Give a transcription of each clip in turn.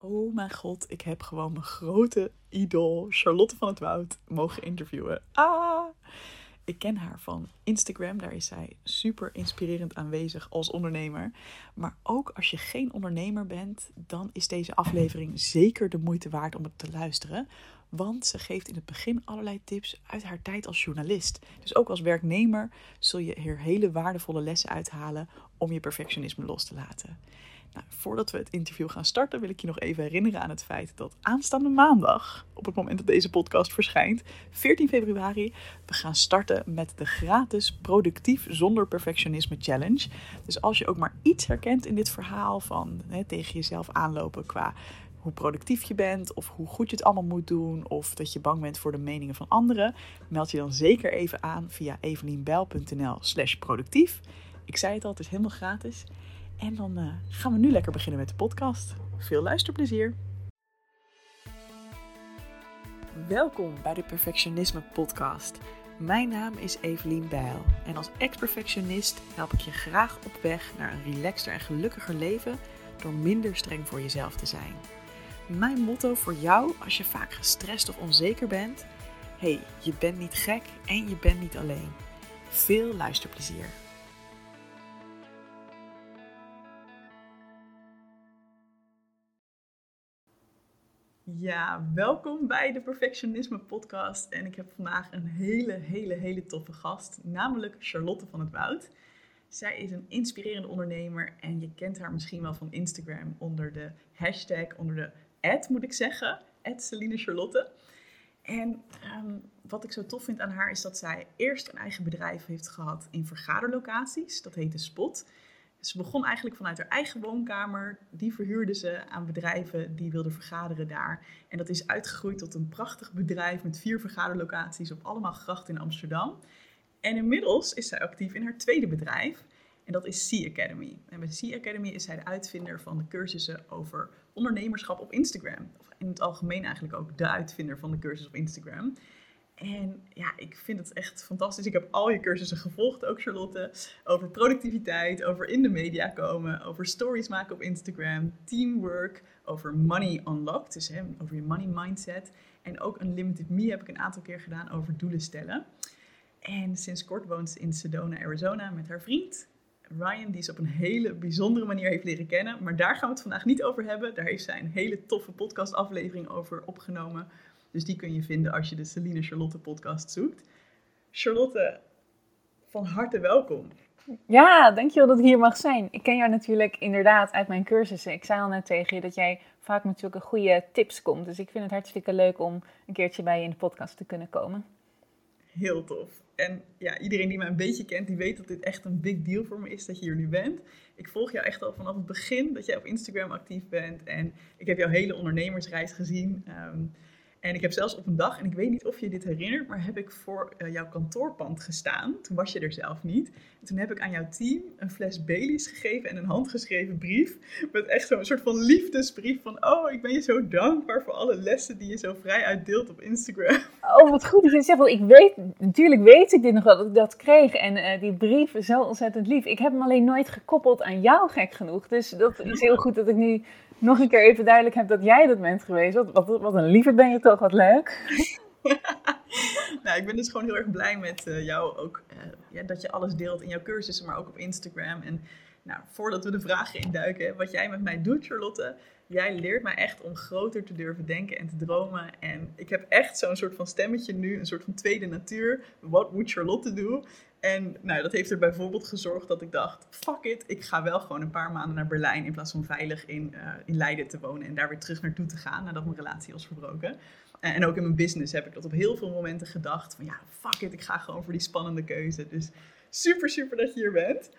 Oh mijn god, ik heb gewoon mijn grote idool Charlotte van het Woud mogen interviewen. Ik ken haar van Instagram, daar is zij super inspirerend aanwezig als ondernemer. Maar ook als je geen ondernemer bent, dan is deze aflevering zeker de moeite waard om het te luisteren. Want ze geeft in het begin allerlei tips uit haar tijd als journalist. Dus ook als werknemer zul je er hele waardevolle lessen uithalen om je perfectionisme los te laten. Nou, voordat we het interview gaan starten wil ik je nog even herinneren aan het feit dat aanstaande maandag, op het moment dat deze podcast verschijnt, 14 februari, we gaan starten met de gratis Productief zonder Perfectionisme Challenge. Dus als je ook maar iets herkent in dit verhaal van tegen jezelf aanlopen qua hoe productief je bent of hoe goed je het allemaal moet doen of dat je bang bent voor de meningen van anderen, meld je dan zeker even aan via evelienbijl.nl/productief. Ik zei het al, het is helemaal gratis. En dan gaan we nu lekker beginnen met de podcast. Veel luisterplezier! Welkom bij de Perfectionisme Podcast. Mijn naam is Evelien Bijl en als ex-perfectionist help ik je graag op weg naar een relaxter en gelukkiger leven door minder streng voor jezelf te zijn. Mijn motto voor jou als je vaak gestrest of onzeker bent: hey, je bent niet gek en je bent niet alleen. Veel luisterplezier! Ja, welkom bij de Perfectionisme Podcast. En ik heb vandaag een hele toffe gast, namelijk Charlotte van het Woud. Zij is een inspirerende ondernemer en je kent haar misschien wel van Instagram onder de hashtag, onder de ad moet ik zeggen, @CelineCharlotte. En wat ik zo tof vind aan haar is dat zij eerst een eigen bedrijf heeft gehad in vergaderlocaties. Dat heette Spot. Ze begon eigenlijk vanuit haar eigen woonkamer. Die verhuurde ze aan bedrijven die wilden vergaderen daar. En dat is uitgegroeid tot een prachtig bedrijf met 4 vergaderlocaties op allemaal grachten in Amsterdam. En inmiddels is zij actief in haar tweede bedrijf. En dat is Sea Academy. En bij Sea Academy is zij de uitvinder van de cursussen over ondernemerschap op Instagram. Of in het algemeen eigenlijk ook de uitvinder van de cursus op Instagram. En ja, ik vind het echt fantastisch. Ik heb al je cursussen gevolgd, ook Charlotte. Over productiviteit, over in de media komen, over stories maken op Instagram, teamwork, over money unlocked, dus over je money mindset. En ook Unlimited Me heb ik een aantal keer gedaan over doelen stellen. En sinds kort woont ze in Sedona, Arizona met haar vriend Ryan, die ze op een hele bijzondere manier heeft leren kennen. Maar daar gaan we het vandaag niet over hebben. Daar heeft zij een hele toffe podcastaflevering over opgenomen. Dus die kun je vinden als je de Celine Charlotte podcast zoekt. Charlotte, van harte welkom. Ja, dankjewel dat ik hier mag zijn. Ik ken jou natuurlijk inderdaad uit mijn cursussen. Ik zei al net tegen je dat jij vaak met zulke goede tips komt. Dus ik vind het hartstikke leuk om een keertje bij je in de podcast te kunnen komen. Heel tof. En ja, iedereen die mij een beetje kent, die weet dat dit echt een big deal voor me is dat je hier nu bent. Ik volg jou echt al vanaf het begin dat jij op Instagram actief bent. En ik heb jouw hele ondernemersreis gezien. En ik heb zelfs op een dag, en ik weet niet of je dit herinnert, maar heb ik voor jouw kantoorpand gestaan. Toen was je er zelf niet. En toen heb ik aan jouw team een fles Baileys gegeven en een handgeschreven brief. Met echt zo'n soort van liefdesbrief van, oh, ik ben je zo dankbaar voor alle lessen die je zo vrij uitdeelt op Instagram. Oh, wat goed dat je het zegt. Natuurlijk weet ik dit nog wel, dat ik dat kreeg. En die brief is zo ontzettend lief. Ik heb hem alleen nooit gekoppeld aan jou, gek genoeg. Dus dat is heel goed dat ik nu nog een keer even duidelijk heb dat jij dat bent geweest. Wat een lieverd ben je toch, wat leuk. Nou, ik ben dus gewoon heel erg blij met jou ook. Dat je alles deelt in jouw cursussen, maar ook op Instagram. En nou, voordat we de vragen induiken, wat jij met mij doet, Charlotte. Jij leert mij echt om groter te durven denken en te dromen. En ik heb echt zo'n soort van stemmetje nu, een soort van tweede natuur. What would Charlotte do? En nou, dat heeft er bijvoorbeeld gezorgd dat ik dacht, fuck it, ik ga wel gewoon een paar maanden naar Berlijn in plaats van veilig in Leiden te wonen en daar weer terug naartoe te gaan nadat mijn relatie was verbroken. En ook in mijn business heb ik dat op heel veel momenten gedacht van ja, fuck it, ik ga gewoon voor die spannende keuze. Dus super dat je hier bent.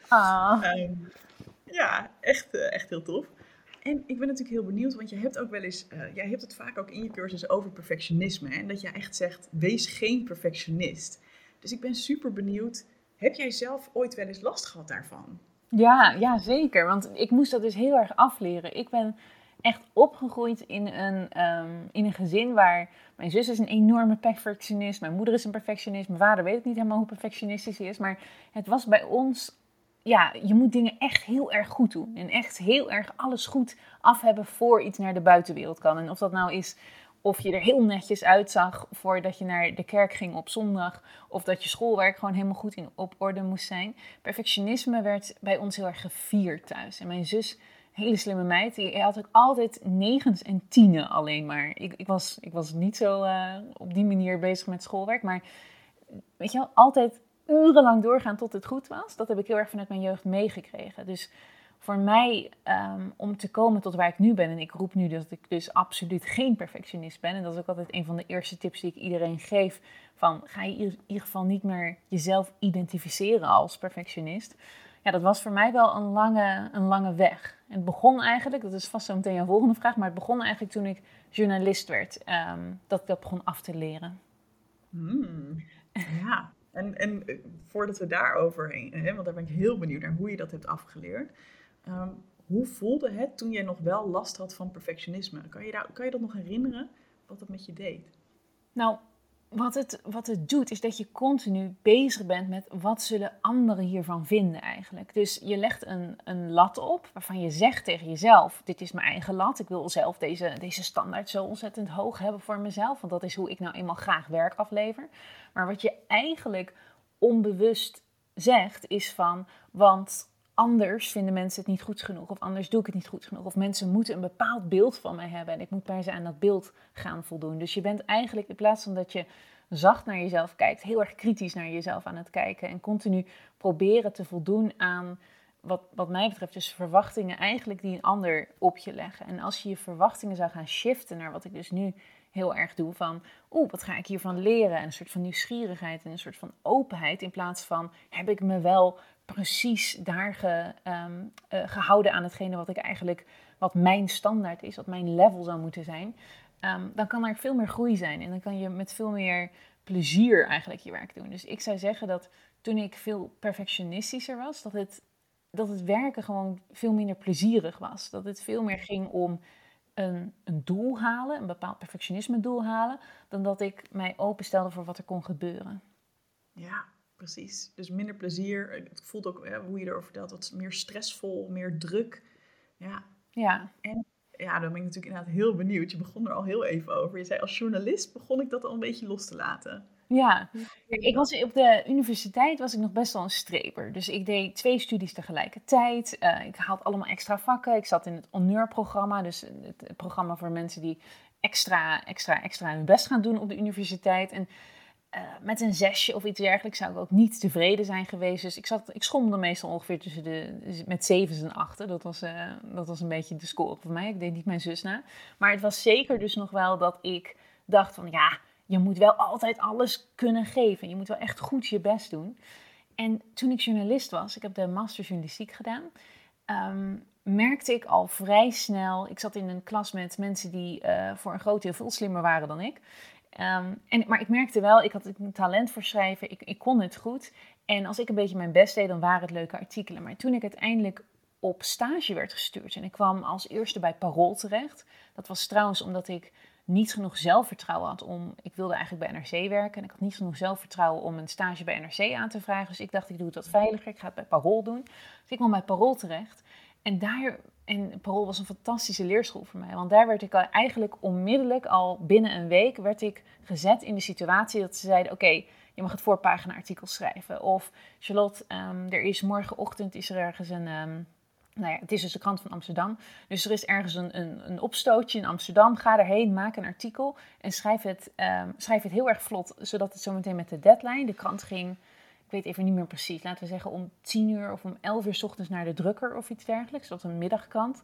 Ja, echt heel tof. En ik ben natuurlijk heel benieuwd, want je hebt ook wel eens, jij hebt het vaak ook in je cursus over perfectionisme. Hè? En dat jij echt zegt, wees geen perfectionist. Dus ik ben super benieuwd, heb jij zelf ooit wel eens last gehad daarvan? Ja, zeker. Want ik moest dat dus heel erg afleren. Ik ben echt opgegroeid in een gezin waar mijn zus is een enorme perfectionist. Mijn moeder is een perfectionist. Mijn vader weet ik niet helemaal hoe perfectionistisch hij is. Maar het was bij ons je moet dingen echt heel erg goed doen. En echt heel erg alles goed af hebben voor iets naar de buitenwereld kan. En of dat nou is of je er heel netjes uitzag voordat je naar de kerk ging op zondag. Of dat je schoolwerk gewoon helemaal goed op orde moest zijn. Perfectionisme werd bij ons heel erg gevierd thuis. En mijn zus, hele slimme meid, die had ook altijd 9's en 10'en alleen maar. Ik was niet zo op die manier bezig met schoolwerk. Maar weet je wel, altijd urenlang doorgaan tot het goed was. Dat heb ik heel erg vanuit mijn jeugd meegekregen. Dus voor mij, om te komen tot waar ik nu ben, en ik roep nu dat ik dus absoluut geen perfectionist ben, en dat is ook altijd een van de eerste tips die ik iedereen geef, van ga je in ieder geval niet meer jezelf identificeren als perfectionist. Ja, dat was voor mij wel een lange weg. En het begon eigenlijk, dat is vast zo meteen jouw volgende vraag, maar het begon eigenlijk toen ik journalist werd, dat ik dat begon af te leren. Ja, en voordat we daarover heen, want daar ben ik heel benieuwd naar hoe je dat hebt afgeleerd. Hoe voelde het toen jij nog wel last had van perfectionisme? Kan je dat nog herinneren, wat dat met je deed? Nou, wat het doet, is dat je continu bezig bent met wat zullen anderen hiervan vinden eigenlijk. Dus je legt een lat op waarvan je zegt tegen jezelf, dit is mijn eigen lat. Ik wil zelf deze standaard zo ontzettend hoog hebben voor mezelf. Want dat is hoe ik nou eenmaal graag werk aflever. Maar wat je eigenlijk onbewust zegt is van, want anders vinden mensen het niet goed genoeg. Of anders doe ik het niet goed genoeg. Of mensen moeten een bepaald beeld van mij hebben. En ik moet per se aan dat beeld gaan voldoen. Dus je bent eigenlijk, in plaats van dat je zacht naar jezelf kijkt, heel erg kritisch naar jezelf aan het kijken. En continu proberen te voldoen aan, wat mij betreft, dus verwachtingen eigenlijk die een ander op je leggen. En als je je verwachtingen zou gaan shiften naar wat ik dus nu heel erg doe, van wat ga ik hiervan leren? En een soort van nieuwsgierigheid en een soort van openheid, in plaats van, heb ik me wel precies daar gehouden aan hetgene wat mijn standaard is, wat mijn level zou moeten zijn, dan kan er veel meer groei zijn. En dan kan je met veel meer plezier eigenlijk je werk doen. Dus ik zou zeggen dat toen ik veel perfectionistischer was, dat het werken gewoon veel minder plezierig was. Dat het veel meer ging om een doel halen, een bepaald perfectionisme doel halen, dan dat ik mij openstelde voor wat er kon gebeuren. Ja, precies. Dus minder plezier. Het voelt ook, hoe je erover vertelt, wat meer stressvol, meer druk. Ja. En dan ben ik natuurlijk inderdaad heel benieuwd. Je begon er al heel even over. Je zei, als journalist begon ik dat al een beetje los te laten. Ja, ik was op de universiteit was ik nog best wel een streber. Dus ik deed 2 studies tegelijkertijd. Ik haalde allemaal extra vakken. Ik zat in het honneur-programma. Dus het programma voor mensen die extra hun best gaan doen op de universiteit. En met een 6 of iets dergelijks zou ik ook niet tevreden zijn geweest. Dus ik schommelde meestal ongeveer met 7's en 8's. Dat was een beetje de score voor mij. Ik deed niet mijn zus na. Maar het was zeker dus nog wel dat ik dacht van, ja, je moet wel altijd alles kunnen geven. Je moet wel echt goed je best doen. En toen ik journalist was, ik heb de master journalistiek gedaan, merkte ik al vrij snel, ik zat in een klas met mensen die voor een groot deel veel slimmer waren dan ik. Maar ik merkte wel, ik had een talent voor schrijven, ik kon het goed. En als ik een beetje mijn best deed, dan waren het leuke artikelen. Maar toen ik uiteindelijk op stage werd gestuurd en ik kwam als eerste bij Parool terecht. Dat was trouwens omdat ik niet genoeg zelfvertrouwen had ik wilde eigenlijk bij NRC werken. En ik had niet genoeg zelfvertrouwen om een stage bij NRC aan te vragen. Dus ik dacht, ik doe het wat veiliger, ik ga het bij Parool doen. Dus ik kwam bij Parool terecht. En Parool was een fantastische leerschool voor mij. Want daar werd ik eigenlijk onmiddellijk, al binnen een week, werd ik gezet in de situatie dat ze zeiden, oké, je mag het voorpagina artikel schrijven. Of Charlotte, morgenochtend is er ergens het is dus de krant van Amsterdam. Dus er is ergens een opstootje in Amsterdam. Ga erheen, maak een artikel en schrijf het heel erg vlot. Zodat het zometeen met de deadline, de krant ging, ik weet even niet meer precies, laten we zeggen om 10 uur of om 11 uur 's ochtends naar de drukker of iets dergelijks. Dat was een middagkrant.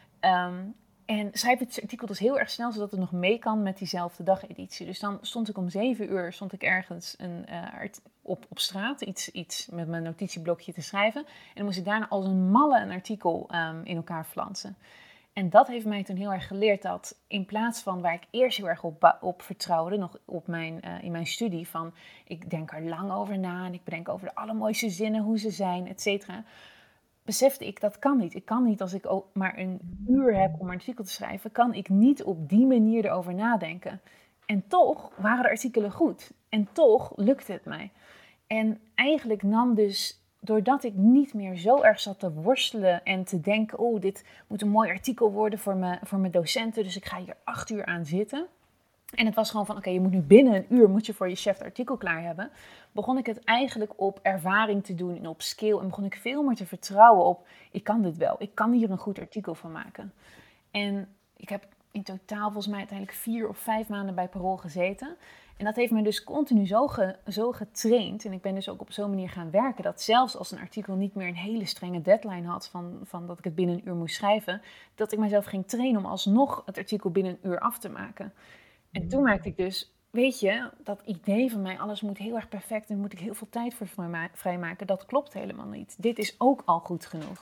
En schrijf het artikel dus heel erg snel, zodat het nog mee kan met diezelfde dageditie. Dus dan stond ik om 7 uur ergens op straat iets met mijn notitieblokje te schrijven. En dan moest ik daarna als een malle een artikel in elkaar flansen. En dat heeft mij toen heel erg geleerd dat in plaats van waar ik eerst heel erg op vertrouwde, nog in mijn studie, van ik denk er lang over na en ik bedenk over de allermooiste zinnen, hoe ze zijn, et cetera, besefte ik, dat kan niet. Ik kan niet, als ik ook maar een uur heb om een artikel te schrijven, kan ik niet op die manier erover nadenken. En toch waren de artikelen goed. En toch lukte het mij. En eigenlijk nam dus doordat ik niet meer zo erg zat te worstelen en te denken, oh, dit moet een mooi artikel worden voor mijn docenten, dus ik ga hier 8 uur aan zitten. En het was gewoon van, oké, je moet nu binnen een uur moet je voor je chef het artikel klaar hebben. Begon ik het eigenlijk op ervaring te doen en op skill. En begon ik veel meer te vertrouwen op, ik kan dit wel. Ik kan hier een goed artikel van maken. En ik heb in totaal volgens mij uiteindelijk 4 of 5 maanden bij Parool gezeten. En dat heeft me dus continu zo getraind. En ik ben dus ook op zo'n manier gaan werken. Dat zelfs als een artikel niet meer een hele strenge deadline had van dat ik het binnen een uur moest schrijven. Dat ik mezelf ging trainen om alsnog het artikel binnen een uur af te maken. En toen merkte ik dus, weet je, dat idee van mij, alles moet heel erg perfect en daar moet ik heel veel tijd voor vrijmaken. Dat klopt helemaal niet. Dit is ook al goed genoeg.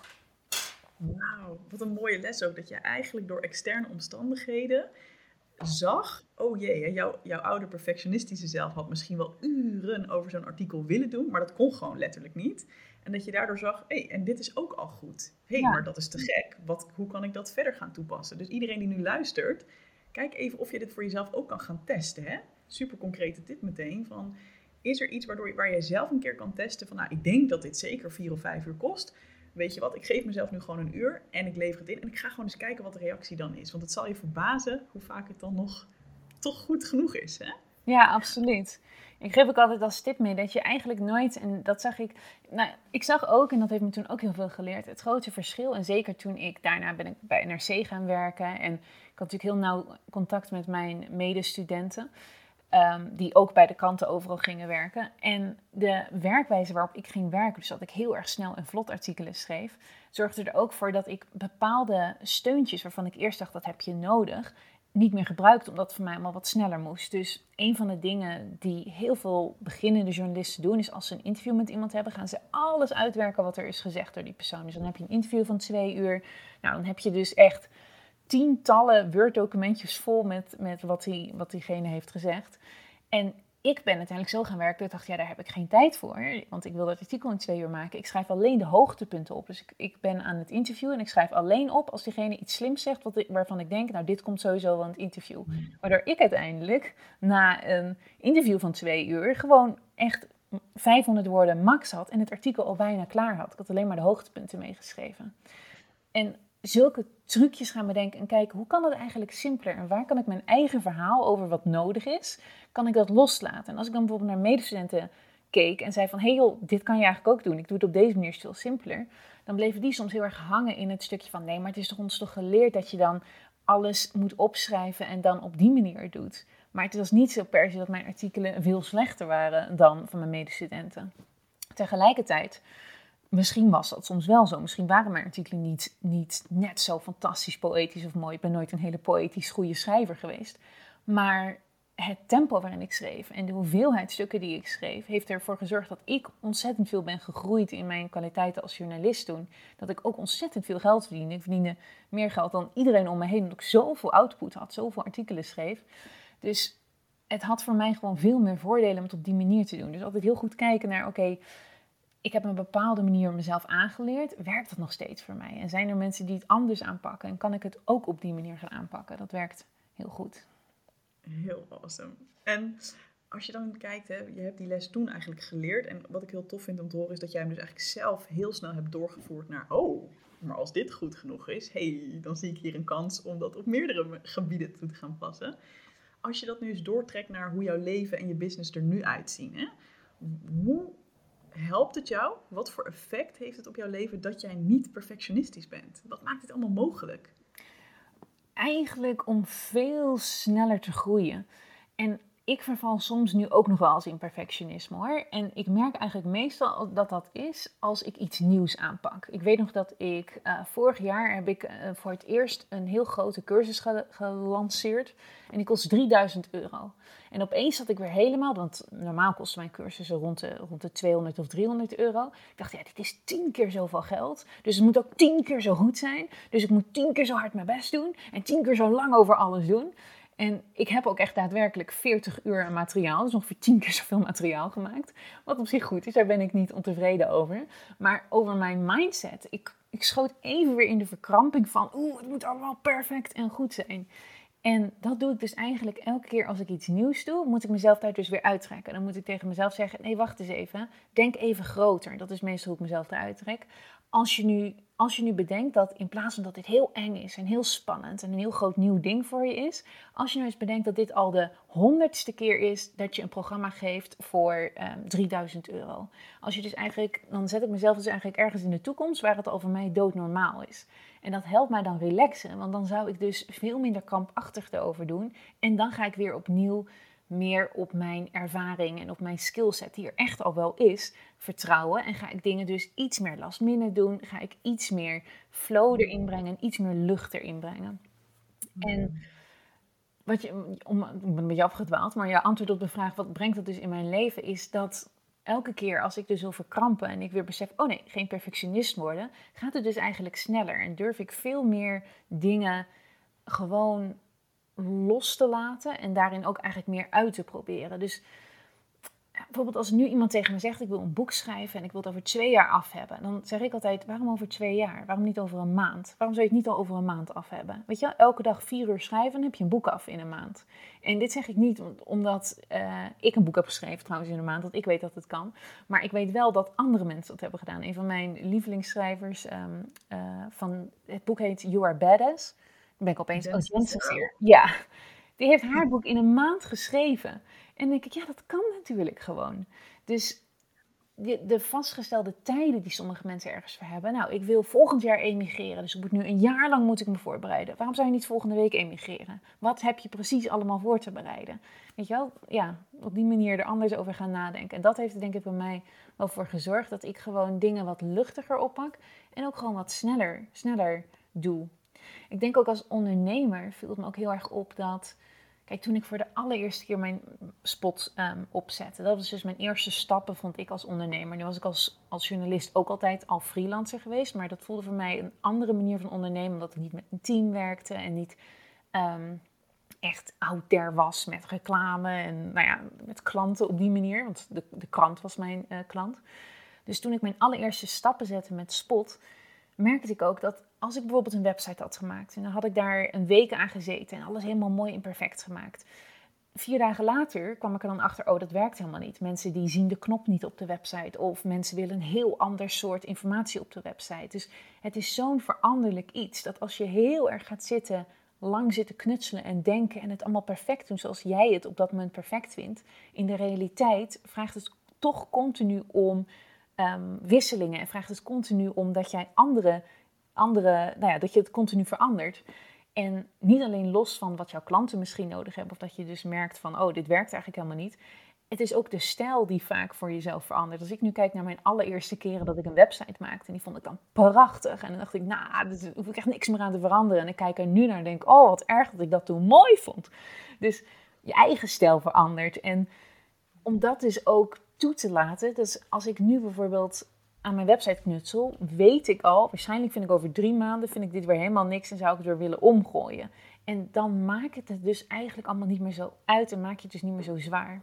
Wauw, wat een mooie les ook. Dat je eigenlijk door externe omstandigheden zag, oh jee, jouw oude perfectionistische zelf had misschien wel uren over zo'n artikel willen doen, maar dat kon gewoon letterlijk niet. En dat je daardoor zag, en dit is ook al goed. Maar dat is te gek. Hoe kan ik dat verder gaan toepassen? Dus iedereen die nu luistert, kijk even of je dit voor jezelf ook kan gaan testen. Hè? Super concrete tip meteen. Is er iets waar jij zelf een keer kan testen van, ik denk dat dit zeker 4 of 5 uur kost. Weet je wat, ik geef mezelf nu gewoon een uur en ik lever het in. En ik ga gewoon eens kijken wat de reactie dan is. Want het zal je verbazen hoe vaak het dan nog toch goed genoeg is. Hè? Ja, absoluut. Ik geef ook altijd als tip mee dat je eigenlijk nooit, en dat zag ik, ik zag ook, en dat heeft me toen ook heel veel geleerd, het grote verschil. En zeker toen daarna ben ik bij NRC gaan werken en ik had natuurlijk heel nauw contact met mijn medestudenten. Die ook bij de kranten overal gingen werken. En de werkwijze waarop ik ging werken, dus dat ik heel erg snel en vlot artikelen schreef, zorgde er ook voor dat ik bepaalde steuntjes, waarvan ik eerst dacht dat heb je nodig, niet meer gebruikte, omdat het voor mij allemaal wat sneller moest. Dus een van de dingen die heel veel beginnende journalisten doen, is als ze een interview met iemand hebben, gaan ze alles uitwerken wat er is gezegd door die persoon. Dus dan heb je een interview van 2 uur. Nou, dan heb je dus echt tientallen Word-documentjes vol met wat diegene heeft gezegd. En ik ben uiteindelijk zo gaan werken dat ik dacht, daar heb ik geen tijd voor. Want ik wil dat artikel in 2 uur maken. Ik schrijf alleen de hoogtepunten op. Dus ik ben aan het interview en ik schrijf alleen op als diegene iets slims zegt waarvan ik denk, dit komt sowieso wel in het interview. Waardoor ik uiteindelijk na een interview van 2 uur gewoon echt 500 woorden max had en het artikel al bijna klaar had. Ik had alleen maar de hoogtepunten meegeschreven. En zulke trucjes gaan bedenken en kijken, hoe kan het eigenlijk simpeler? En waar kan ik mijn eigen verhaal over wat nodig is, kan ik dat loslaten? En als ik dan bijvoorbeeld naar medestudenten keek en zei van, hey joh, dit kan je eigenlijk ook doen. Ik doe het op deze manier veel simpeler. Dan bleven die soms heel erg hangen in het stukje van, nee, maar het is toch ons toch geleerd dat je dan alles moet opschrijven en dan op die manier doet. Maar het was niet zo per se dat mijn artikelen veel slechter waren dan van mijn medestudenten. Tegelijkertijd, misschien was dat soms wel zo. Misschien waren mijn artikelen niet net zo fantastisch poëtisch of mooi. Ik ben nooit een hele poëtisch goede schrijver geweest. Maar het tempo waarin ik schreef en de hoeveelheid stukken die ik schreef, heeft ervoor gezorgd dat ik ontzettend veel ben gegroeid in mijn kwaliteiten als journalist toen. Dat ik ook ontzettend veel geld verdiende. Ik verdiende meer geld dan iedereen om me heen, omdat ik zoveel output had, zoveel artikelen schreef. Dus het had voor mij gewoon veel meer voordelen om het op die manier te doen. Dus altijd heel goed kijken naar, oké, ik heb een bepaalde manier mezelf aangeleerd. Werkt dat nog steeds voor mij? En zijn er mensen die het anders aanpakken? En kan ik het ook op die manier gaan aanpakken? Dat werkt heel goed. Heel awesome. En als je dan kijkt, je hebt die les toen eigenlijk geleerd. En wat ik heel tof vind om te horen is dat jij hem dus eigenlijk zelf heel snel hebt doorgevoerd naar, maar als dit goed genoeg is, dan zie ik hier een kans om dat op meerdere gebieden toe te gaan passen. Als je dat nu eens doortrekt naar hoe jouw leven en je business er nu uitzien, hoe helpt het jou? Wat voor effect heeft het op jouw leven dat jij niet perfectionistisch bent? Wat maakt dit allemaal mogelijk? Eigenlijk om veel sneller te groeien. En ik verval soms nu ook nog wel eens in perfectionisme hoor. En ik merk eigenlijk meestal dat is als ik iets nieuws aanpak. Ik weet nog dat ik vorig jaar heb ik voor het eerst een heel grote cursus gelanceerd. En die kost €3000. En opeens zat ik weer helemaal, want normaal kosten mijn cursussen rond de €200 of €300. Ik dacht, dit is 10 keer zoveel geld. Dus het moet ook 10 keer zo goed zijn. Dus ik moet 10 keer zo hard mijn best doen. En 10 keer zo lang over alles doen. En ik heb ook echt daadwerkelijk 40 uur aan materiaal, dus ongeveer 10 keer zoveel materiaal gemaakt. Wat op zich goed is, daar ben ik niet ontevreden over. Maar over mijn mindset, ik schoot even weer in de verkramping van, het moet allemaal perfect en goed zijn. En dat doe ik dus eigenlijk elke keer als ik iets nieuws doe, moet ik mezelf daar dus weer uittrekken. Dan moet ik tegen mezelf zeggen, nee, wacht eens even. Denk even groter. Dat is meestal hoe ik mezelf eruit trek. Als je nu bedenkt dat in plaats van dat dit heel eng is en heel spannend en een heel groot nieuw ding voor je is, als je nou eens bedenkt dat dit al de 100ste keer is dat je een programma geeft voor 3000 euro. Als je dus eigenlijk, dan zet ik mezelf dus eigenlijk ergens in de toekomst waar het al voor mij doodnormaal is. En dat helpt mij dan relaxen, want dan zou ik dus veel minder krampachtig erover doen. En dan ga ik weer opnieuw meer op mijn ervaring en op mijn skillset, die er echt al wel is, vertrouwen. En ga ik dingen dus iets meer last minute doen. Ga ik iets meer flow erin brengen en iets meer lucht erin brengen. En ik ben een beetje afgedwaald, maar jouw antwoord op de vraag, wat brengt dat dus in mijn leven, is dat elke keer als ik dus wil verkrampen en ik weer besef, oh nee, geen perfectionist worden, gaat het dus eigenlijk sneller. En durf ik veel meer dingen gewoon los te laten en daarin ook eigenlijk meer uit te proberen. Dus bijvoorbeeld als nu iemand tegen me zegt, ik wil een boek schrijven en ik wil het over 2 jaar af hebben. Dan zeg ik altijd, waarom over 2 jaar? Waarom niet over een maand? Waarom zou je het niet al over een maand af hebben? Weet je, elke dag 4 uur schrijven, dan heb je een boek af in een maand. En dit zeg ik niet omdat ik een boek heb geschreven trouwens in een maand, want ik weet dat het kan. Maar ik weet wel dat andere mensen dat hebben gedaan. Een van mijn lievelingsschrijvers van het boek heet You Are Badass. Dan ben ik opeens Jensen. Ja, die heeft haar boek in een maand geschreven. En dan denk ik, ja, dat kan natuurlijk gewoon. Dus de vastgestelde tijden die sommige mensen ergens voor hebben. Nou, ik wil volgend jaar emigreren. Dus een jaar lang moet ik me voorbereiden. Waarom zou je niet volgende week emigreren? Wat heb je precies allemaal voor te bereiden? Weet je wel? Ja, op die manier er anders over gaan nadenken. En dat heeft er denk ik bij mij wel voor gezorgd dat ik gewoon dingen wat luchtiger oppak. En ook gewoon wat sneller doe. Ik denk ook als ondernemer viel het me ook heel erg op dat, kijk, toen ik voor de allereerste keer mijn spot opzette, dat was dus mijn eerste stappen, vond ik als ondernemer. Nu was ik als journalist ook altijd al freelancer geweest, maar dat voelde voor mij een andere manier van ondernemen, omdat ik niet met een team werkte en niet echt out there was met reclame en nou ja, met klanten op die manier, want de krant was mijn klant. Dus toen ik mijn allereerste stappen zette met Spot, merkte ik ook dat als ik bijvoorbeeld een website had gemaakt en dan had ik daar een week aan gezeten en alles helemaal mooi en perfect gemaakt. 4 dagen later kwam ik er dan achter, oh, dat werkt helemaal niet. Mensen die zien de knop niet op de website of mensen willen een heel ander soort informatie op de website. Dus het is zo'n veranderlijk iets dat als je heel erg gaat zitten, lang zitten knutselen en denken en het allemaal perfect doen zoals jij het op dat moment perfect vindt, in de realiteit vraagt het toch continu om wisselingen en vraagt het continu om dat jij dat je het continu verandert. En niet alleen los van wat jouw klanten misschien nodig hebben, of dat je dus merkt van, oh, dit werkt eigenlijk helemaal niet. Het is ook de stijl die vaak voor jezelf verandert. Als ik nu kijk naar mijn allereerste keren dat ik een website maakte, en die vond ik dan prachtig. En dan dacht ik, nou, daar hoef ik echt niks meer aan te veranderen. En ik kijk er nu naar en denk, oh, wat erg dat ik dat toen mooi vond. Dus je eigen stijl verandert. En om dat dus ook toe te laten, dus als ik nu bijvoorbeeld aan mijn website knutsel, weet ik al, waarschijnlijk vind ik over 3 maanden, vind ik dit weer helemaal niks en zou ik het weer willen omgooien. En dan maakt het dus eigenlijk allemaal niet meer zo uit en maak je het dus niet meer zo zwaar.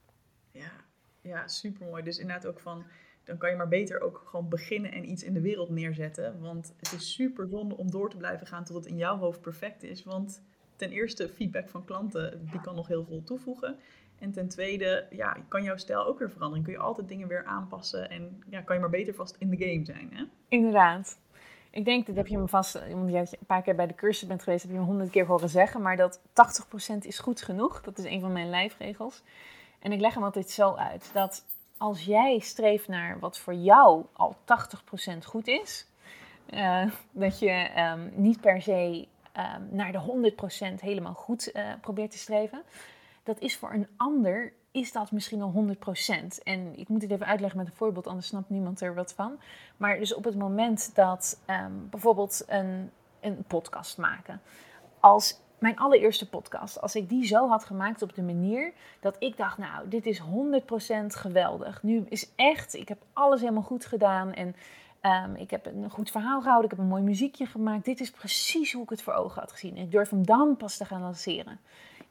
Ja, supermooi. Dus inderdaad ook van, dan kan je maar beter ook gewoon beginnen en iets in de wereld neerzetten. Want het is super zonde om door te blijven gaan tot het in jouw hoofd perfect is. Want ten eerste, feedback van klanten, die kan nog heel veel toevoegen. En ten tweede, ja, kan jouw stijl ook weer veranderen. Kun je altijd dingen weer aanpassen en ja, kan je maar beter vast in de game zijn, hè? Inderdaad. Ik denk, dat heb je me vast, omdat jij een paar keer bij de cursus bent geweest, heb je me 100 keer horen zeggen, maar dat 80% is goed genoeg. Dat is een van mijn lijfregels. En ik leg hem altijd zo uit, dat als jij streeft naar wat voor jou al 80% goed is, dat je niet per se naar de 100% helemaal goed probeert te streven, dat is voor een ander, is dat misschien al 100%. En ik moet het even uitleggen met een voorbeeld, anders snapt niemand er wat van. Maar dus op het moment dat bijvoorbeeld een podcast maken. Als mijn allereerste podcast, als ik die zo had gemaakt op de manier dat ik dacht, nou, dit is 100% geweldig. Nu is echt, ik heb alles helemaal goed gedaan en ik heb een goed verhaal gehouden, ik heb een mooi muziekje gemaakt. Dit is precies hoe ik het voor ogen had gezien. En ik durf hem dan pas te gaan lanceren.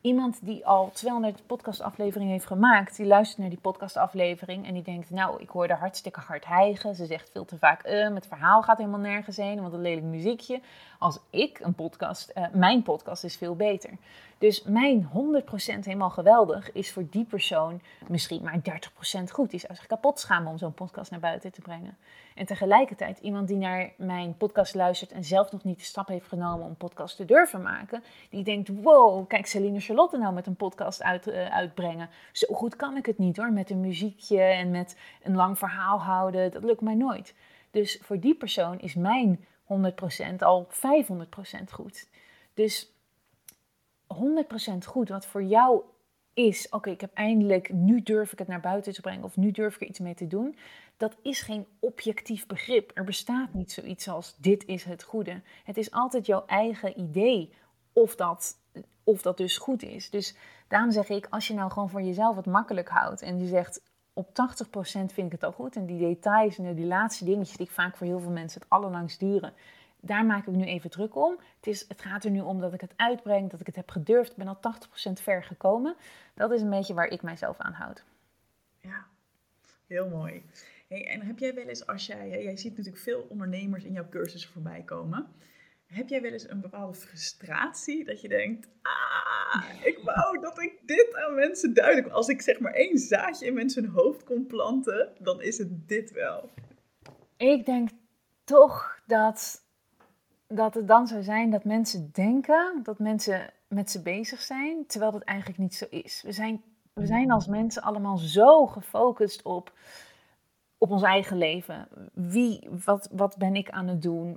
Iemand die al 200 podcastafleveringen heeft gemaakt, die luistert naar die podcastaflevering en die denkt, nou, ik hoor haar hartstikke hard hijgen. Ze zegt veel te vaak, het verhaal gaat helemaal nergens heen, want een lelijk muziekje. Als ik een podcast, mijn podcast is veel beter. Dus mijn 100% helemaal geweldig is voor die persoon misschien maar 30% goed. Die zou zich kapot schamen om zo'n podcast naar buiten te brengen. En tegelijkertijd iemand die naar mijn podcast luistert en zelf nog niet de stap heeft genomen om een podcast te durven maken. Die denkt, wow, kijk Celine Charlotte nou met een podcast uitbrengen. Zo goed kan ik het niet hoor, met een muziekje en met een lang verhaal houden. Dat lukt mij nooit. Dus voor die persoon is mijn 100% al 500% goed. Dus 100% goed, wat voor jou is, oké, ik heb eindelijk, nu durf ik het naar buiten te brengen of nu durf ik er iets mee te doen. Dat is geen objectief begrip. Er bestaat niet zoiets als dit is het goede. Het is altijd jouw eigen idee of dat dus goed is. Dus daarom zeg ik, als je nou gewoon voor jezelf het makkelijk houdt en je zegt op 80% vind ik het al goed en die details en die laatste dingetjes die vaak voor heel veel mensen het allerlangst duren, daar maak ik nu even druk om. Het gaat er nu om dat ik het uitbreng, dat ik het heb gedurfd. Ik ben al 80% ver gekomen. Dat is een beetje waar ik mijzelf aan houd. Ja, heel mooi. Hey, en heb jij wel eens, als jij ziet natuurlijk veel ondernemers in jouw cursussen voorbij komen. Heb jij wel eens een bepaalde frustratie dat je denkt, ik wou dat ik dit aan mensen duidelijk... Als ik zeg maar 1 zaadje in mensen hun hoofd kon planten, dan is het dit wel. Ik denk toch dat het dan zou zijn dat mensen denken dat mensen met ze bezig zijn, terwijl dat eigenlijk niet zo is. We zijn als mensen allemaal zo gefocust op ons eigen leven. Wat ben ik aan het doen?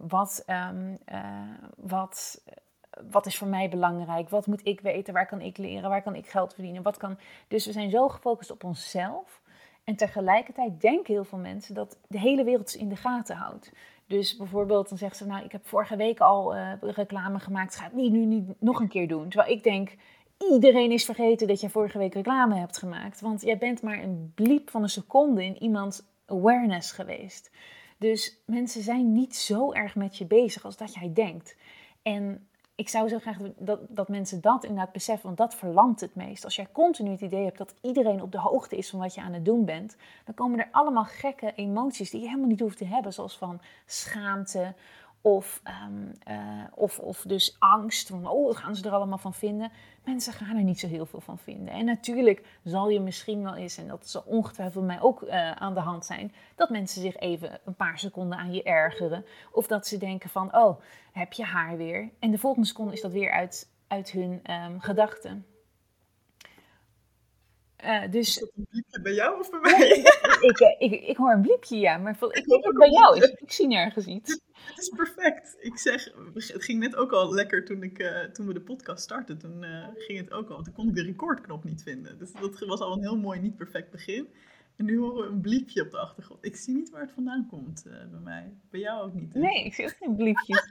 Wat is voor mij belangrijk? Wat moet ik weten? Waar kan ik leren? Waar kan ik geld verdienen? Dus we zijn zo gefocust op onszelf. En tegelijkertijd denken heel veel mensen dat de hele wereld ze in de gaten houdt. Dus bijvoorbeeld dan zegt ze, nou, ik heb vorige week al reclame gemaakt. Ga het nu niet nog een keer doen. Terwijl ik denk, iedereen is vergeten dat je vorige week reclame hebt gemaakt. Want jij bent maar een bliep van een seconde in iemands awareness geweest. Dus mensen zijn niet zo erg met je bezig als dat jij denkt. En ik zou zo graag dat mensen dat inderdaad beseffen, want dat verlamt het meest. Als jij continu het idee hebt dat iedereen op de hoogte is van wat je aan het doen bent, dan komen er allemaal gekke emoties die je helemaal niet hoeft te hebben, zoals van schaamte of dus angst. Van, wat gaan ze er allemaal van vinden? Mensen gaan er niet zo heel veel van vinden. En natuurlijk zal je misschien wel eens, en dat zal ongetwijfeld bij mij ook aan de hand zijn, dat mensen zich even een paar seconden aan je ergeren. Of dat ze denken van, oh, heb je haar weer? En de volgende seconde is dat weer uit hun gedachten. Dus... Is dat een bliepje bij jou of bij mij? Ik hoor een bliepje, ja, maar ik weet dat het bij jou is. Ik zie nergens iets. Het is perfect. Ik zeg, het ging net ook al lekker toen we de podcast startten. Toen ging het ook al, toen kon ik de recordknop niet vinden. Dus dat was al een heel mooi niet perfect begin. En nu horen we een bliepje op de achtergrond. Ik zie niet waar het vandaan komt bij mij. Bij jou ook niet. Dus. Nee, ik zie ook geen bliepjes.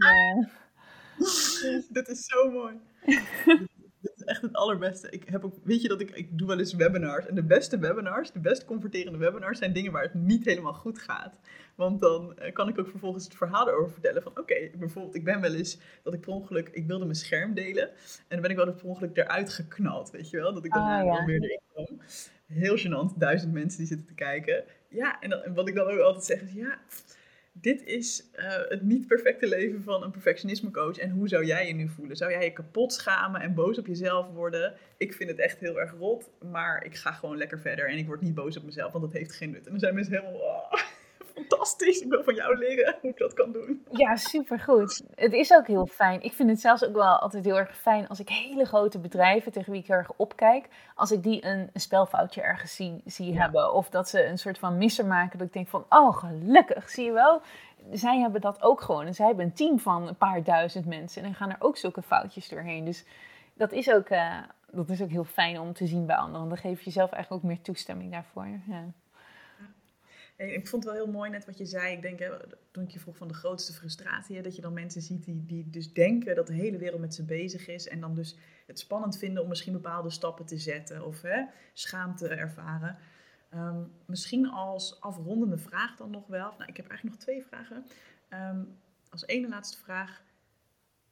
Dit is zo mooi. Dit is echt het allerbeste. Weet je dat ik doe wel eens webinars. En de beste webinars, de best converterende webinars, zijn dingen waar het niet helemaal goed gaat. Want dan kan ik ook vervolgens het verhaal erover vertellen van oké, bijvoorbeeld ik ben wel eens dat ik per ongeluk, ik wilde mijn scherm delen. En dan ben ik wel eens per ongeluk eruit geknald, weet je wel. Dat ik dan weer erin kwam. Heel gênant, 1000 mensen die zitten te kijken. Ja, en wat ik dan ook altijd zeg is ja... Dit is het niet perfecte leven van een perfectionismecoach. En hoe zou jij je nu voelen? Zou jij je kapot schamen en boos op jezelf worden? Ik vind het echt heel erg rot, maar ik ga gewoon lekker verder. En ik word niet boos op mezelf, want dat heeft geen nut. En dan zijn mensen helemaal, fantastisch. Ik wil van jou leren hoe ik dat kan doen. Ja, supergoed. Het is ook heel fijn. Ik vind het zelfs ook wel altijd heel erg fijn als ik hele grote bedrijven tegen wie ik erg opkijk, als ik die een spelfoutje ergens zie hebben. Of dat ze een soort van misser maken, dat ik denk van, oh gelukkig, zie je wel. Zij hebben dat ook gewoon. En zij hebben een team van een paar duizend mensen. En dan gaan er ook zulke foutjes doorheen. Dus dat is ook heel fijn om te zien bij anderen. Dan geef je jezelf eigenlijk ook meer toestemming daarvoor. Ja. Ik vond het wel heel mooi net wat je zei. Ik denk, toen ik je vroeg van de grootste frustratie, dat je dan mensen ziet die dus denken dat de hele wereld met ze bezig is. En dan dus het spannend vinden om misschien bepaalde stappen te zetten of schaamte ervaren. Misschien als afrondende vraag dan nog wel. Nou, ik heb eigenlijk nog 2 vragen. Als ene laatste vraag.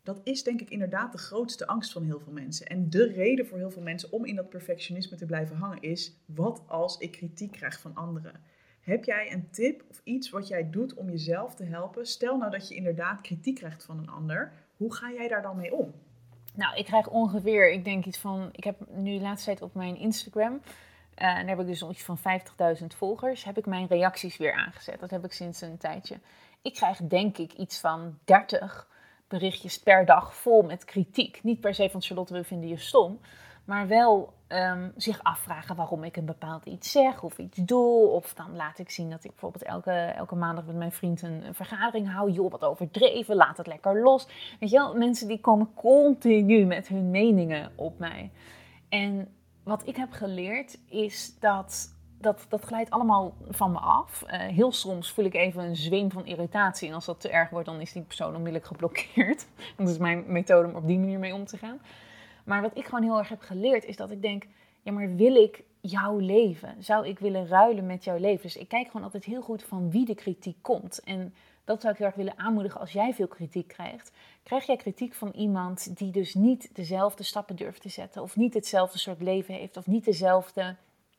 Dat is denk ik inderdaad de grootste angst van heel veel mensen. En de reden voor heel veel mensen om in dat perfectionisme te blijven hangen is, wat als ik kritiek krijg van anderen? Heb jij een tip of iets wat jij doet om jezelf te helpen? Stel nou dat je inderdaad kritiek krijgt van een ander. Hoe ga jij daar dan mee om? Nou, ik krijg ongeveer, ik denk iets van, ik heb nu de laatste tijd op mijn Instagram, en daar heb ik dus iets van 50.000 volgers, heb ik mijn reacties weer aangezet. Dat heb ik sinds een tijdje. Ik krijg denk ik iets van 30 berichtjes per dag vol met kritiek. Niet per se van Charlotte, we vinden je stom, maar wel zich afvragen waarom ik een bepaald iets zeg of iets doe. Of dan laat ik zien dat ik bijvoorbeeld elke maandag met mijn vriend een vergadering hou. Joh, wat overdreven, laat het lekker los. Weet je wel, mensen die komen continu met hun meningen op mij. En wat ik heb geleerd is dat glijdt allemaal van me af. Heel soms voel ik even een zweem van irritatie. En als dat te erg wordt, dan is die persoon onmiddellijk geblokkeerd. Dat is mijn methode om op die manier mee om te gaan. Maar wat ik gewoon heel erg heb geleerd is dat ik denk, ja, maar wil ik jouw leven? Zou ik willen ruilen met jouw leven? Dus ik kijk gewoon altijd heel goed van wie de kritiek komt. En dat zou ik heel erg willen aanmoedigen als jij veel kritiek krijgt. Krijg jij kritiek van iemand die dus niet dezelfde stappen durft te zetten, of niet hetzelfde soort leven heeft, of niet dezelfde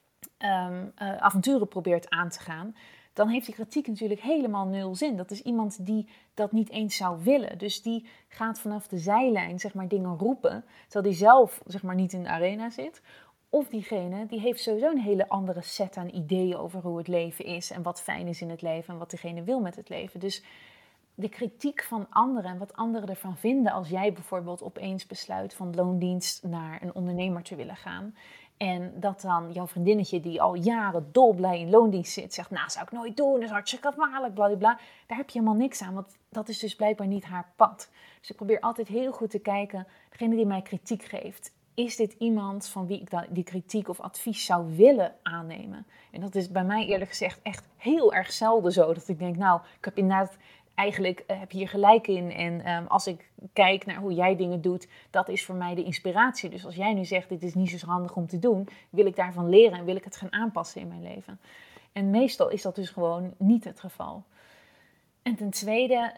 avonturen probeert aan te gaan, dan heeft die kritiek natuurlijk helemaal nul zin. Dat is iemand die dat niet eens zou willen. Dus die gaat vanaf de zijlijn, zeg maar, dingen roepen, terwijl die zelf, zeg maar, niet in de arena zit. Of diegene, die heeft sowieso een hele andere set aan ideeën over hoe het leven is en wat fijn is in het leven en wat diegene wil met het leven. Dus de kritiek van anderen en wat anderen ervan vinden als jij bijvoorbeeld opeens besluit van loondienst naar een ondernemer te willen gaan. En dat dan jouw vriendinnetje die al jaren dolblij in loondienst zit, zegt, nou, zou ik nooit doen, dat is hartstikke gevaarlijk, bladibla. Daar heb je helemaal niks aan, want dat is dus blijkbaar niet haar pad. Dus ik probeer altijd heel goed te kijken, degene die mij kritiek geeft, is dit iemand van wie ik die kritiek of advies zou willen aannemen? En dat is bij mij eerlijk gezegd echt heel erg zelden zo, dat ik denk, nou, ik heb inderdaad, eigenlijk heb je hier gelijk in. En als ik kijk naar hoe jij dingen doet, dat is voor mij de inspiratie. Dus als jij nu zegt, dit is niet zo handig om te doen, wil ik daarvan leren en wil ik het gaan aanpassen in mijn leven. En meestal is dat dus gewoon niet het geval. En ten tweede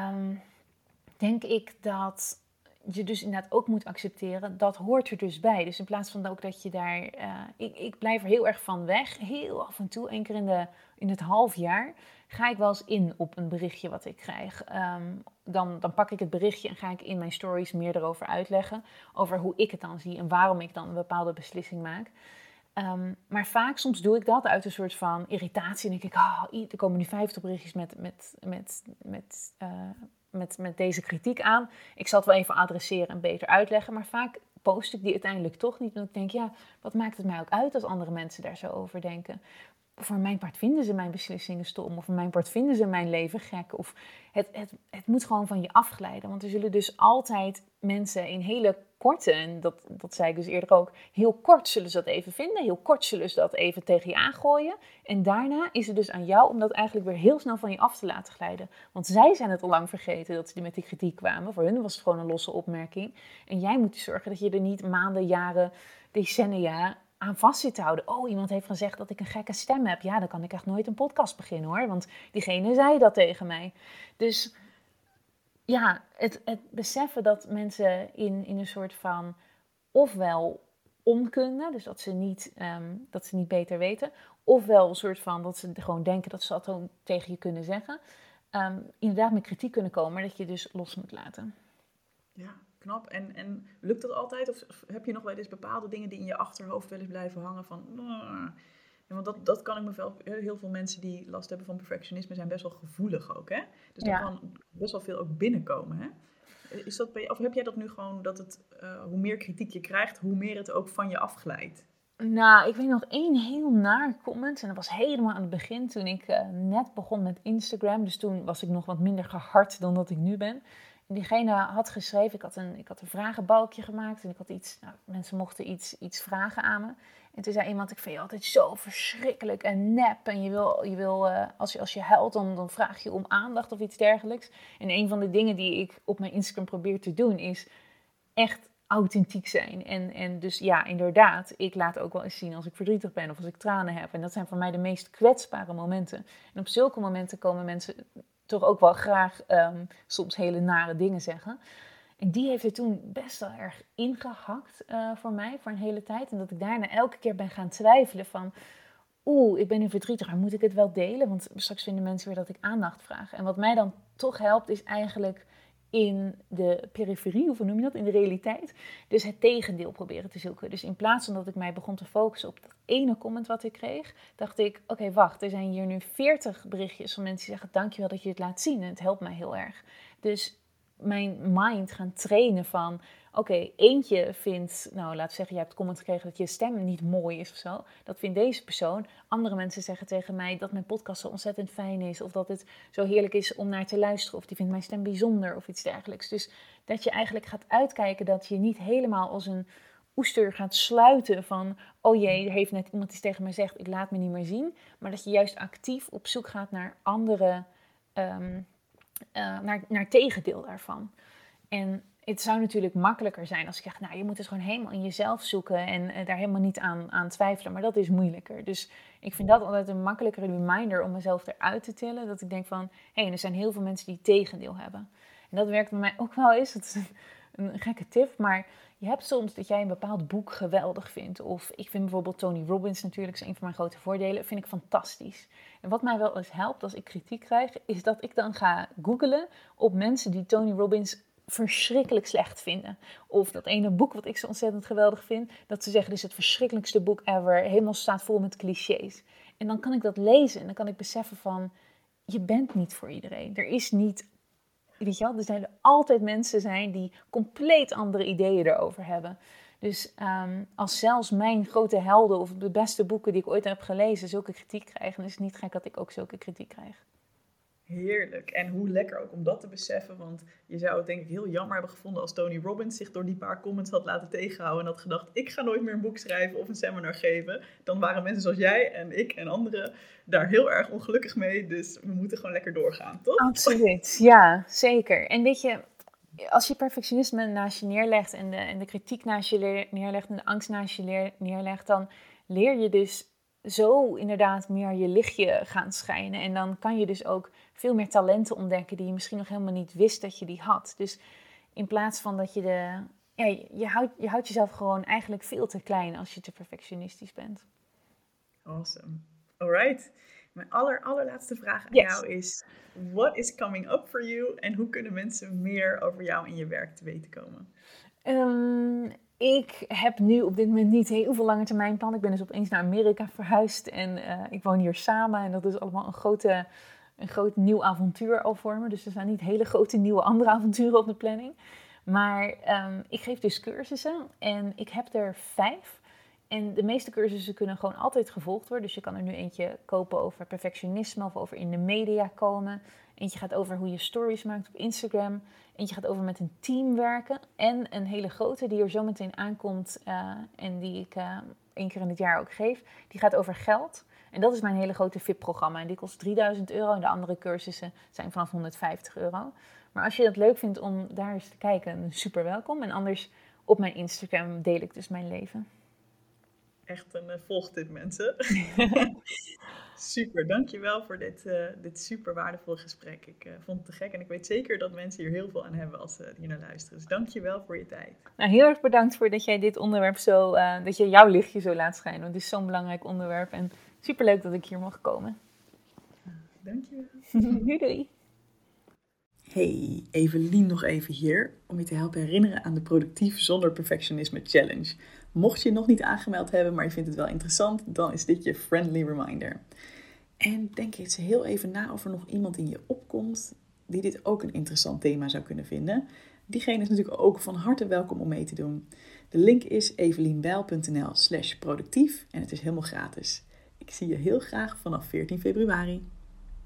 denk ik dat je dus inderdaad ook moet accepteren, dat hoort er dus bij. Dus in plaats van ook dat je daar, ik blijf er heel erg van weg. Heel af en toe, 1 keer in het half jaar, ga ik wel eens in op een berichtje wat ik krijg. Dan pak ik het berichtje en ga ik in mijn stories meer erover uitleggen. Over hoe ik het dan zie en waarom ik dan een bepaalde beslissing maak. Maar vaak, soms doe ik dat uit een soort van irritatie. En denk ik, er komen nu 50 berichtjes met deze kritiek aan. Ik zal het wel even adresseren en beter uitleggen. Maar vaak post ik die uiteindelijk toch niet. Want ik denk, ja, wat maakt het mij ook uit als andere mensen daar zo over denken? Voor mijn part vinden ze mijn beslissingen stom. Of voor mijn part vinden ze mijn leven gek. Of het moet gewoon van je afglijden. Want er zullen dus altijd mensen in hele korte, en dat zei ik dus eerder ook, heel kort zullen ze dat even vinden. Heel kort zullen ze dat even tegen je aangooien. En daarna is het dus aan jou om dat eigenlijk weer heel snel van je af te laten glijden. Want zij zijn het al lang vergeten dat ze met die kritiek kwamen. Voor hun was het gewoon een losse opmerking. En jij moet dus zorgen dat je er niet maanden, jaren, decennia aan vast zit te houden. Oh, iemand heeft gezegd dat ik een gekke stem heb. Ja, dan kan ik echt nooit een podcast beginnen hoor. Want diegene zei dat tegen mij. Dus ja, het beseffen dat mensen in een soort van ofwel onkunde, dus dat ze niet beter weten, ofwel een soort van dat ze gewoon denken dat ze dat dan tegen je kunnen zeggen, inderdaad met kritiek kunnen komen, maar dat je dus los moet laten. Ja, knap. En lukt dat altijd? Of heb je nog wel eens bepaalde dingen die in je achterhoofd wel eens blijven hangen van... Ja, want dat kan ik me wel... Heel veel mensen die last hebben van perfectionisme zijn best wel gevoelig ook, hè? Dus er kan best wel veel ook binnenkomen, hè? Is dat bij je, of heb jij dat nu gewoon dat het... hoe meer kritiek je krijgt, hoe meer het ook van je afglijdt? Nou, ik weet nog 1 heel naar comment. En dat was helemaal aan het begin toen ik net begon met Instagram. Dus toen was ik nog wat minder gehard dan dat ik nu ben. En diegene had geschreven, ik had een vragenbalkje gemaakt. En ik had mensen mochten iets vragen aan me. En toen zei iemand, ik vind je altijd zo verschrikkelijk en nep. En je wil als je huilt, dan vraag je om aandacht of iets dergelijks. En een van de dingen die ik op mijn Instagram probeer te doen is echt authentiek zijn. En dus ja, inderdaad, ik laat ook wel eens zien als ik verdrietig ben of als ik tranen heb. En dat zijn voor mij de meest kwetsbare momenten. En op zulke momenten komen mensen toch ook wel graag soms hele nare dingen zeggen. En die heeft er toen best wel erg ingehakt voor mij, voor een hele tijd. En dat ik daarna elke keer ben gaan twijfelen van... ik ben nu verdrietig, maar moet ik het wel delen? Want straks vinden mensen weer dat ik aandacht vraag. En wat mij dan toch helpt, is eigenlijk in de periferie, of hoe noem je dat, in de realiteit. Dus het tegendeel proberen te zoeken. Dus in plaats van dat ik mij begon te focussen op dat ene comment wat ik kreeg, dacht ik, oké, wacht, er zijn hier nu 40 berichtjes van mensen die zeggen, dankjewel dat je het laat zien. En het helpt mij heel erg. Dus mijn mind gaan trainen van, oké, eentje vindt, nou laten we zeggen, je hebt comment gekregen dat je stem niet mooi is of zo. Dat vindt deze persoon. Andere mensen zeggen tegen mij dat mijn podcast zo ontzettend fijn is. Of dat het zo heerlijk is om naar te luisteren. Of die vindt mijn stem bijzonder of iets dergelijks. Dus dat je eigenlijk gaat uitkijken dat je niet helemaal als een oester gaat sluiten van, oh jee, er heeft net iemand iets tegen mij gezegd, ik laat me niet meer zien. Maar dat je juist actief op zoek gaat naar andere, naar tegendeel daarvan. En het zou natuurlijk makkelijker zijn als ik zeg, nou, je moet het gewoon helemaal in jezelf zoeken en daar helemaal niet aan twijfelen. Maar dat is moeilijker. Dus ik vind dat altijd een makkelijkere reminder om mezelf eruit te tillen. Dat ik denk van, er zijn heel veel mensen die tegendeel hebben. En dat werkt bij mij ook wel eens. Dat is een gekke tip, maar je hebt soms dat jij een bepaald boek geweldig vindt. Of ik vind bijvoorbeeld Tony Robbins natuurlijk, is een van mijn grote voordelen, vind ik fantastisch. En wat mij wel eens helpt als ik kritiek krijg, is dat ik dan ga googlen op mensen die Tony Robbins verschrikkelijk slecht vinden. Of dat ene boek wat ik zo ontzettend geweldig vind, dat ze zeggen, dit is het verschrikkelijkste boek ever, helemaal staat vol met clichés. En dan kan ik dat lezen en dan kan ik beseffen van, je bent niet voor iedereen. Er is niet, weet je wel, er zijn altijd mensen zijn die compleet andere ideeën erover hebben. Dus als zelfs mijn grote helden of de beste boeken die ik ooit heb gelezen zulke kritiek krijgen, dan is het niet gek dat ik ook zulke kritiek krijg. Heerlijk. En hoe lekker ook om dat te beseffen. Want je zou het denk ik heel jammer hebben gevonden als Tony Robbins zich door die paar comments had laten tegenhouden. En had gedacht, ik ga nooit meer een boek schrijven of een seminar geven. Dan waren mensen zoals jij en ik en anderen daar heel erg ongelukkig mee. Dus we moeten gewoon lekker doorgaan, toch? Absoluut, ja, zeker. En weet je, als je perfectionisme naast je neerlegt en de kritiek naast je neerlegt en de angst naast je neerlegt, dan leer je dus zo inderdaad meer je lichtje gaan schijnen. En dan kan je dus ook veel meer talenten ontdekken die je misschien nog helemaal niet wist dat je die had. Dus in plaats van dat je je houdt jezelf gewoon eigenlijk veel te klein als je te perfectionistisch bent. Awesome. Alright. Mijn allerlaatste vraag aan jou is, what is coming up for you? En hoe kunnen mensen meer over jou en je werk te weten komen? Ik heb nu op dit moment niet heel veel lange termijn plan. Ik ben dus opeens naar Amerika verhuisd en ik woon hier samen. En dat is allemaal een groot nieuw avontuur al voor me. Dus er zijn niet hele grote nieuwe andere avonturen op de planning. Maar ik geef dus cursussen en ik heb er 5. En de meeste cursussen kunnen gewoon altijd gevolgd worden. Dus je kan er nu eentje kopen over perfectionisme of over in de media komen. Eentje gaat over hoe je stories maakt op Instagram. Eentje gaat over met een team werken. En een hele grote die er zo meteen aankomt en die ik 1 keer in het jaar ook geef. Die gaat over geld. En dat is mijn hele grote VIP-programma. En die kost €3.000 en de andere cursussen zijn vanaf €150. Maar als je dat leuk vindt om daar eens te kijken, dan super welkom. En anders op mijn Instagram deel ik dus mijn leven. Echt een volgtip, mensen. Super, dankjewel voor dit super waardevolle gesprek. Ik vond het te gek en ik weet zeker dat mensen hier heel veel aan hebben als ze hier naar luisteren. Dus dankjewel voor je tijd. Nou, heel erg bedankt voor dat jij dit onderwerp dat je jouw lichtje zo laat schijnen. Want het is zo'n belangrijk onderwerp en superleuk dat ik hier mag komen. Dankjewel. Doei. Hey, Evelien nog even hier om je te helpen herinneren aan de Productief Zonder Perfectionisme Challenge. Mocht je nog niet aangemeld hebben, maar je vindt het wel interessant, dan is dit je friendly reminder. En denk eens heel even na of er nog iemand in je opkomt die dit ook een interessant thema zou kunnen vinden. Diegene is natuurlijk ook van harte welkom om mee te doen. De link is evelienbijl.nl/productief en het is helemaal gratis. Ik zie je heel graag vanaf 14 februari.